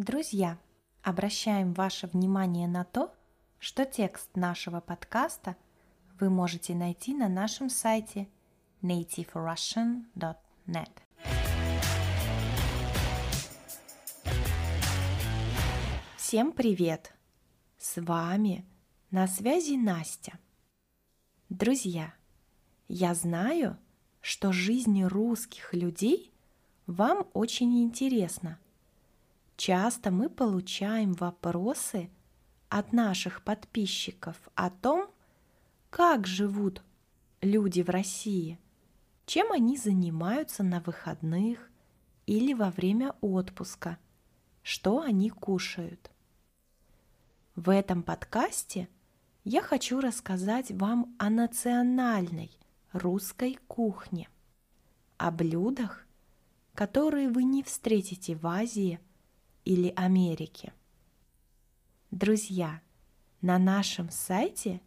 Друзья, обращаем ваше внимание на то, что текст нашего подкаста вы можете найти на нашем сайте nativerussian.net. Всем привет! С вами на связи Настя. Друзья, я знаю, что жизнь русских людей вам очень интересна. Часто мы получаем вопросы от наших подписчиков о том, как живут люди в России, чем они занимаются на выходных или во время отпуска, что они кушают. В этом подкасте я хочу рассказать вам о национальной русской кухне, о блюдах, которые вы не встретите в Азии или Америке. Друзья, на нашем сайте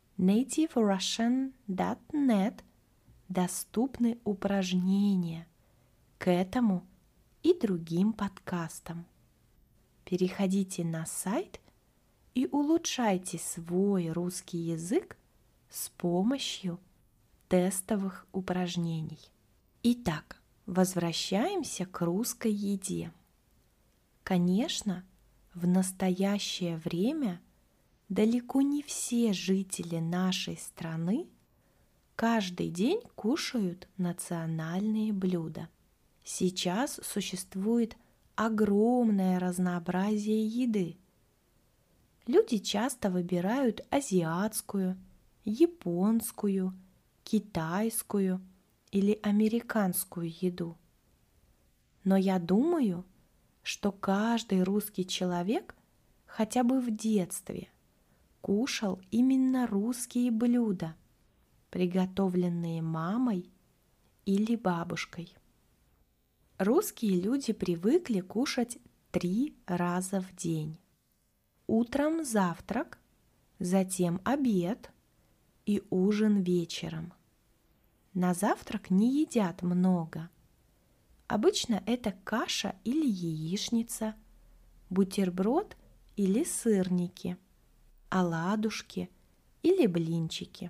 nativerussian.net доступны упражнения к этому и другим подкастам. Переходите на сайт и улучшайте свой русский язык с помощью тестовых упражнений. Итак, возвращаемся к русской еде. Конечно, в настоящее время далеко не все жители нашей страны каждый день кушают национальные блюда. Сейчас существует огромное разнообразие еды. Люди часто выбирают азиатскую, японскую, китайскую или американскую еду. Но я думаю, что каждый русский человек хотя бы в детстве кушал именно русские блюда, приготовленные мамой или бабушкой. Русские люди привыкли кушать 3 раза в день. Утром завтрак, затем обед и ужин вечером. На завтрак не едят много. Обычно это каша или яичница, бутерброд или сырники, оладушки или блинчики.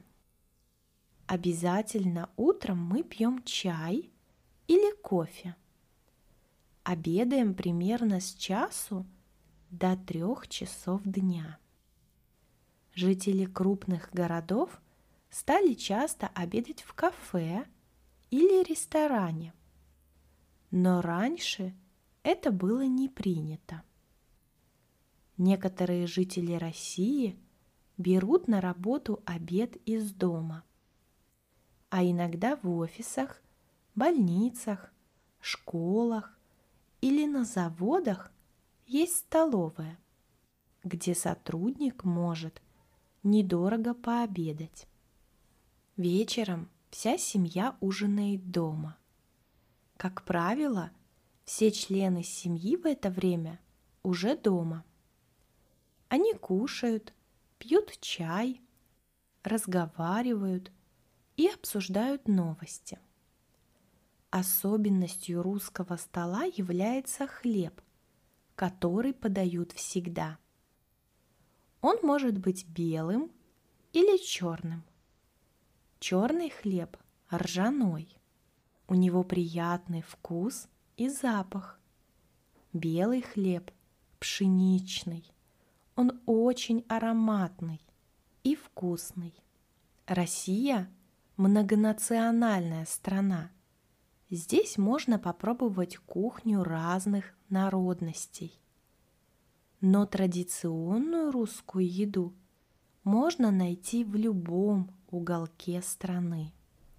Обязательно утром мы пьем чай или кофе. Обедаем примерно с часу до 3 часов дня. Жители крупных городов стали часто обедать в кафе или ресторане. Но раньше это было не принято. Некоторые жители России берут на работу обед из дома, а иногда в офисах, больницах, школах или на заводах есть столовая, где сотрудник может недорого пообедать. Вечером вся семья ужинает дома. Как правило, все члены семьи в это время уже дома. Они кушают, пьют чай, разговаривают и обсуждают новости. Особенностью русского стола является хлеб, который подают всегда. Он может быть белым или черным. Черный хлеб ржаной. У него приятный вкус и запах. Белый хлеб пшеничный. Он очень ароматный и вкусный. Россия – многонациональная страна. Здесь можно попробовать кухню разных народностей. Но традиционную русскую еду можно найти в любом уголке страны.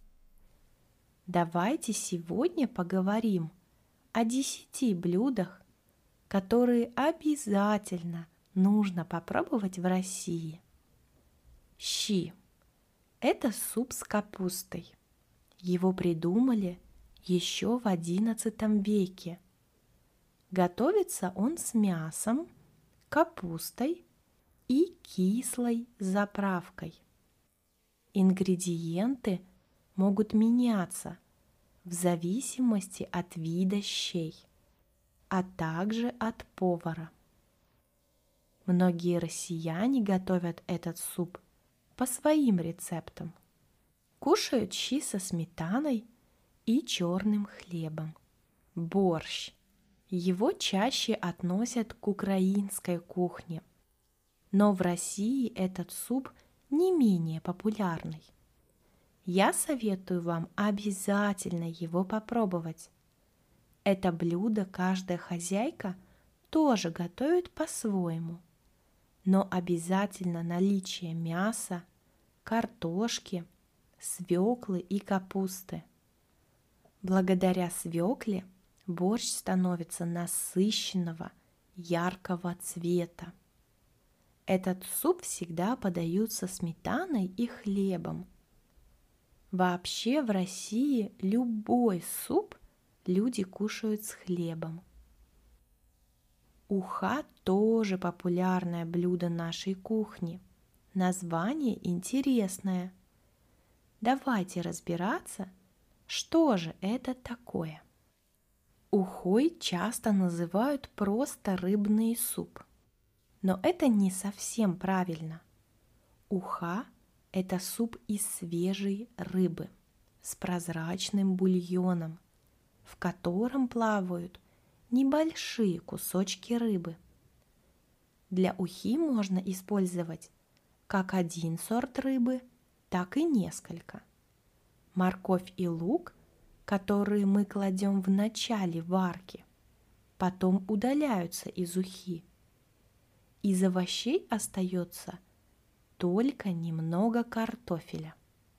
Давайте сегодня поговорим о 10 блюдах, которые обязательно нужно попробовать в России. Щи – это суп с капустой. Его придумали еще в XI веке. Готовится он с мясом, капустой и кислой заправкой. Ингредиенты могут меняться в зависимости от вида щей. а также от повара. Многие россияне готовят этот суп по своим рецептам. Кушают щи со сметаной и черным хлебом. Борщ. Его чаще относят к украинской кухне. Но в России этот суп не менее популярный. Я советую вам обязательно его попробовать. Это блюдо каждая хозяйка тоже готовит по-своему. Но обязательно наличие мяса, картошки, свеклы и капусты. Благодаря свекле борщ становится насыщенного, яркого цвета. Этот суп всегда подают со сметаной и хлебом. Вообще в России любой суп люди кушают с хлебом. Уха тоже популярное блюдо нашей кухни. Название интересное. Давайте разбираться, что же это такое. Ухой часто называют просто рыбный суп. Но это не совсем правильно. Уха – это суп из свежей рыбы с прозрачным бульоном, в котором плавают небольшие кусочки рыбы. Для ухи можно использовать как один сорт рыбы, так и несколько. Морковь и лук, которые мы кладем в начале варки, потом удаляются из ухи. Из овощей остается только немного картофеля.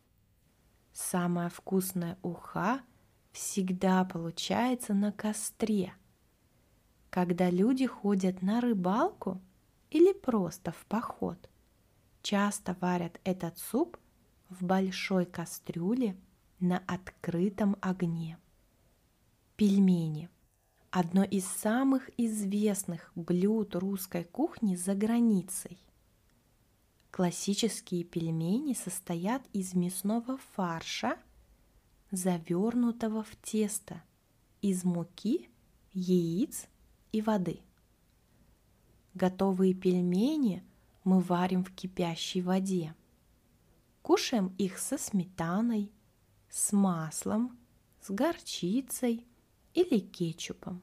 Самая вкусная уха всегда получается на костре. Когда люди ходят на рыбалку или просто в поход, часто варят этот суп в большой кастрюле на открытом огне. Пельмени – одно из самых известных блюд русской кухни за границей. Классические пельмени состоят из мясного фарша, завернутого в тесто, из муки, яиц и воды. Готовые пельмени мы варим в кипящей воде. Кушаем их со сметаной, с маслом, с горчицей или кетчупом.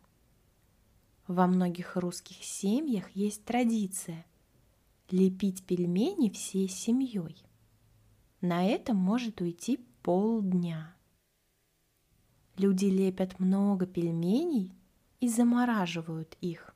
Во многих русских семьях есть традиция лепить пельмени всей семьей. На это может уйти полдня. Люди лепят много пельменей и замораживают их.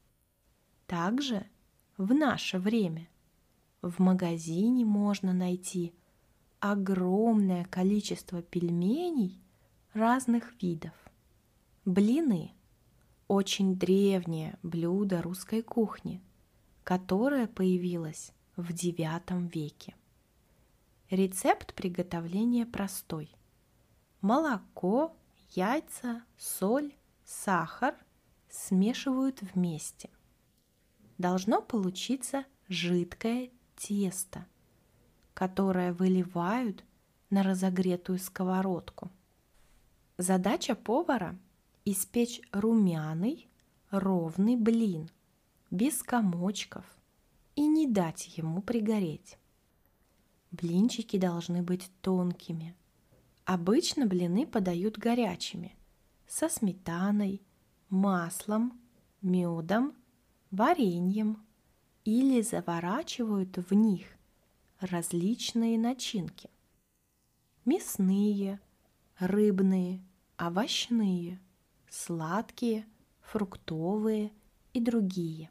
Также в наше время в магазине можно найти огромное количество пельменей разных видов. Блины – очень древнее блюдо русской кухни, которое появилось в IX веке. Рецепт приготовления простой. Молоко, яйца, соль, сахар смешивают вместе. Должно получиться жидкое тесто, которое выливают на разогретую сковородку. Задача повара – испечь румяный, ровный блин, без комочков, и не дать ему пригореть. Блинчики должны быть тонкими. Обычно блины подают горячими, со сметаной, маслом, медом, вареньем или заворачивают в них различные начинки. Мясные, рыбные, овощные, сладкие, фруктовые и другие.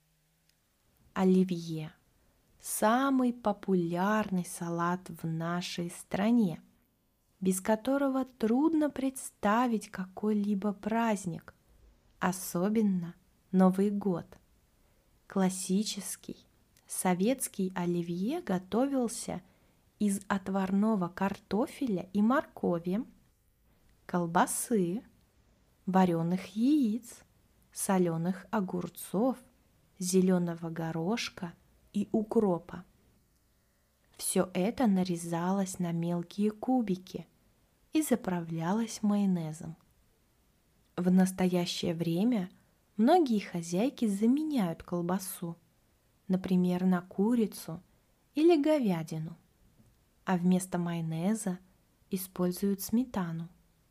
Оливье – самый популярный салат в нашей стране, без которого трудно представить какой-либо праздник, особенно Новый год. Классический советский оливье готовился из отварного картофеля и моркови, колбасы, вареных яиц, соленых огурцов, зеленого горошка и укропа. Все это нарезалось на мелкие кубики и заправлялось майонезом. В настоящее время Многие хозяйки заменяют колбасу, например, на курицу или говядину, а вместо майонеза используют сметану.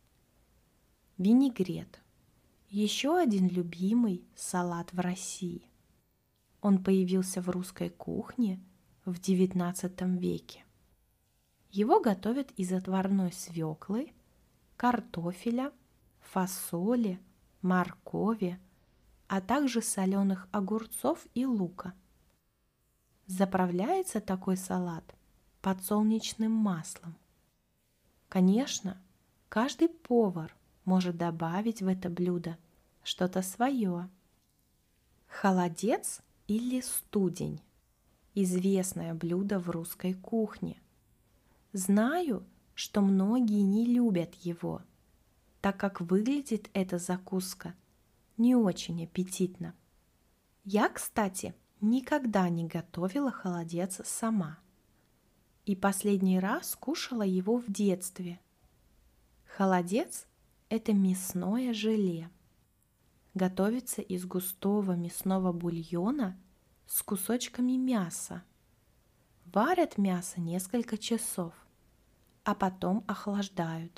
Винегрет – еще один любимый салат в России. Он появился в русской кухне в XIX веке. Его готовят из отварной свеклы, картофеля, фасоли, моркови, а также соленых огурцов и лука. Заправляется такой салат подсолнечным маслом. Конечно, каждый повар может добавить в это блюдо что-то свое. Холодец или студень – известное блюдо в русской кухне. Знаю, что многие не любят его, так как выглядит эта закуска не очень аппетитно. Я, кстати, никогда не готовила холодец сама. И последний раз кушала его в детстве. Холодец – это мясное желе. Готовится из густого мясного бульона с кусочками мяса. Варят мясо несколько часов, а потом охлаждают.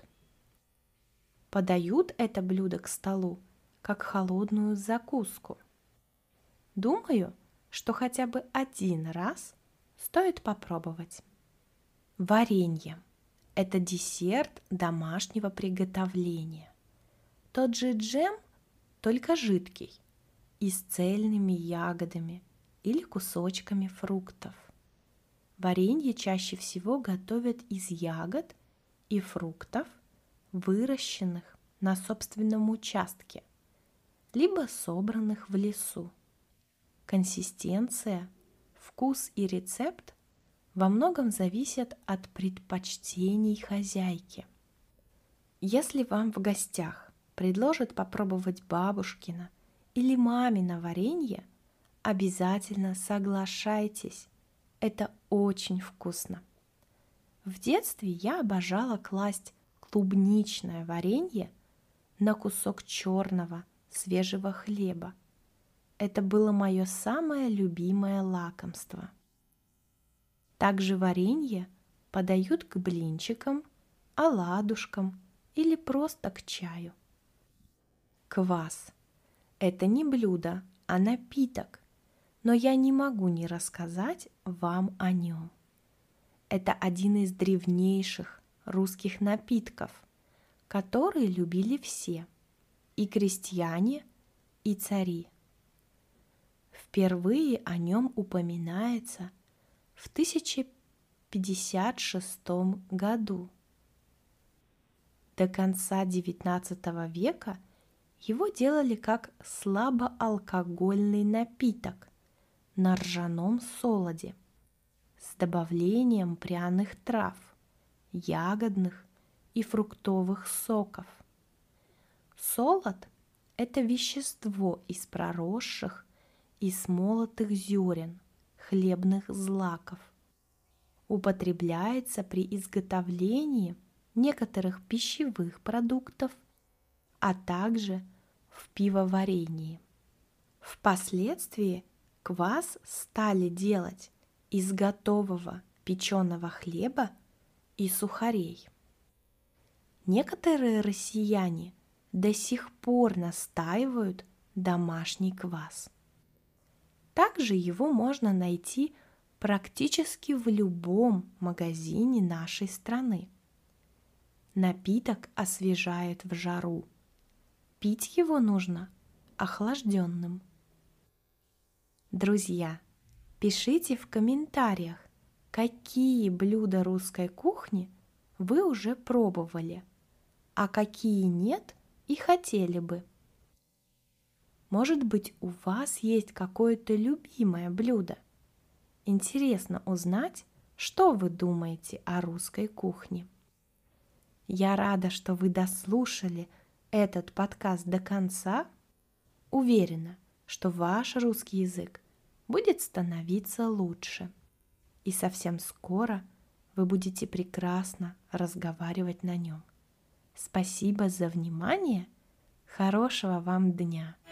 Подают это блюдо к столу как холодную закуску. Думаю, что хотя бы один раз стоит попробовать. Варенье – это десерт домашнего приготовления. Тот же джем, только жидкий, и с цельными ягодами или кусочками фруктов. Варенье чаще всего готовят из ягод и фруктов, выращенных на собственном участке, либо собранных в лесу. Консистенция, вкус и рецепт во многом зависят от предпочтений хозяйки. Если вам в гостях предложат попробовать бабушкино или мамино варенье, обязательно соглашайтесь. Это очень вкусно. В детстве я обожала класть клубничное варенье на кусок черного свежего хлеба. Это было мое самое любимое лакомство. Также варенье подают к блинчикам, оладушкам или просто к чаю. Квас – это не блюдо, а напиток, но я не могу не рассказать вам о нем. Это один из древнейших русских напитков, которые любили все – и крестьяне, и цари. Впервые о нем упоминается в 1056 году. До конца XIX века его делали как слабоалкогольный напиток на ржаном солоде с добавлением пряных трав, ягодных и фруктовых соков. Солод – это вещество из проросших и смолотых зерен, хлебных злаков. Употребляется при изготовлении некоторых пищевых продуктов, а также в пивоварении. Впоследствии квас стали делать из готового печеного хлеба и сухарей. Некоторые россияне до сих пор настаивают домашний квас. Также его можно найти практически в любом магазине нашей страны. Напиток освежает в жару. Пить его нужно охлажденным. Друзья, пишите в комментариях, какие блюда русской кухни вы уже пробовали, а какие нет и хотели бы. Может быть, у вас есть какое-то любимое блюдо? Интересно узнать, что вы думаете о русской кухне. Я рада, что вы дослушали этот подкаст до конца. Уверена, что ваш русский язык будет становиться лучше. И совсем скоро вы будете прекрасно разговаривать на нем. Спасибо за внимание. Хорошего вам дня!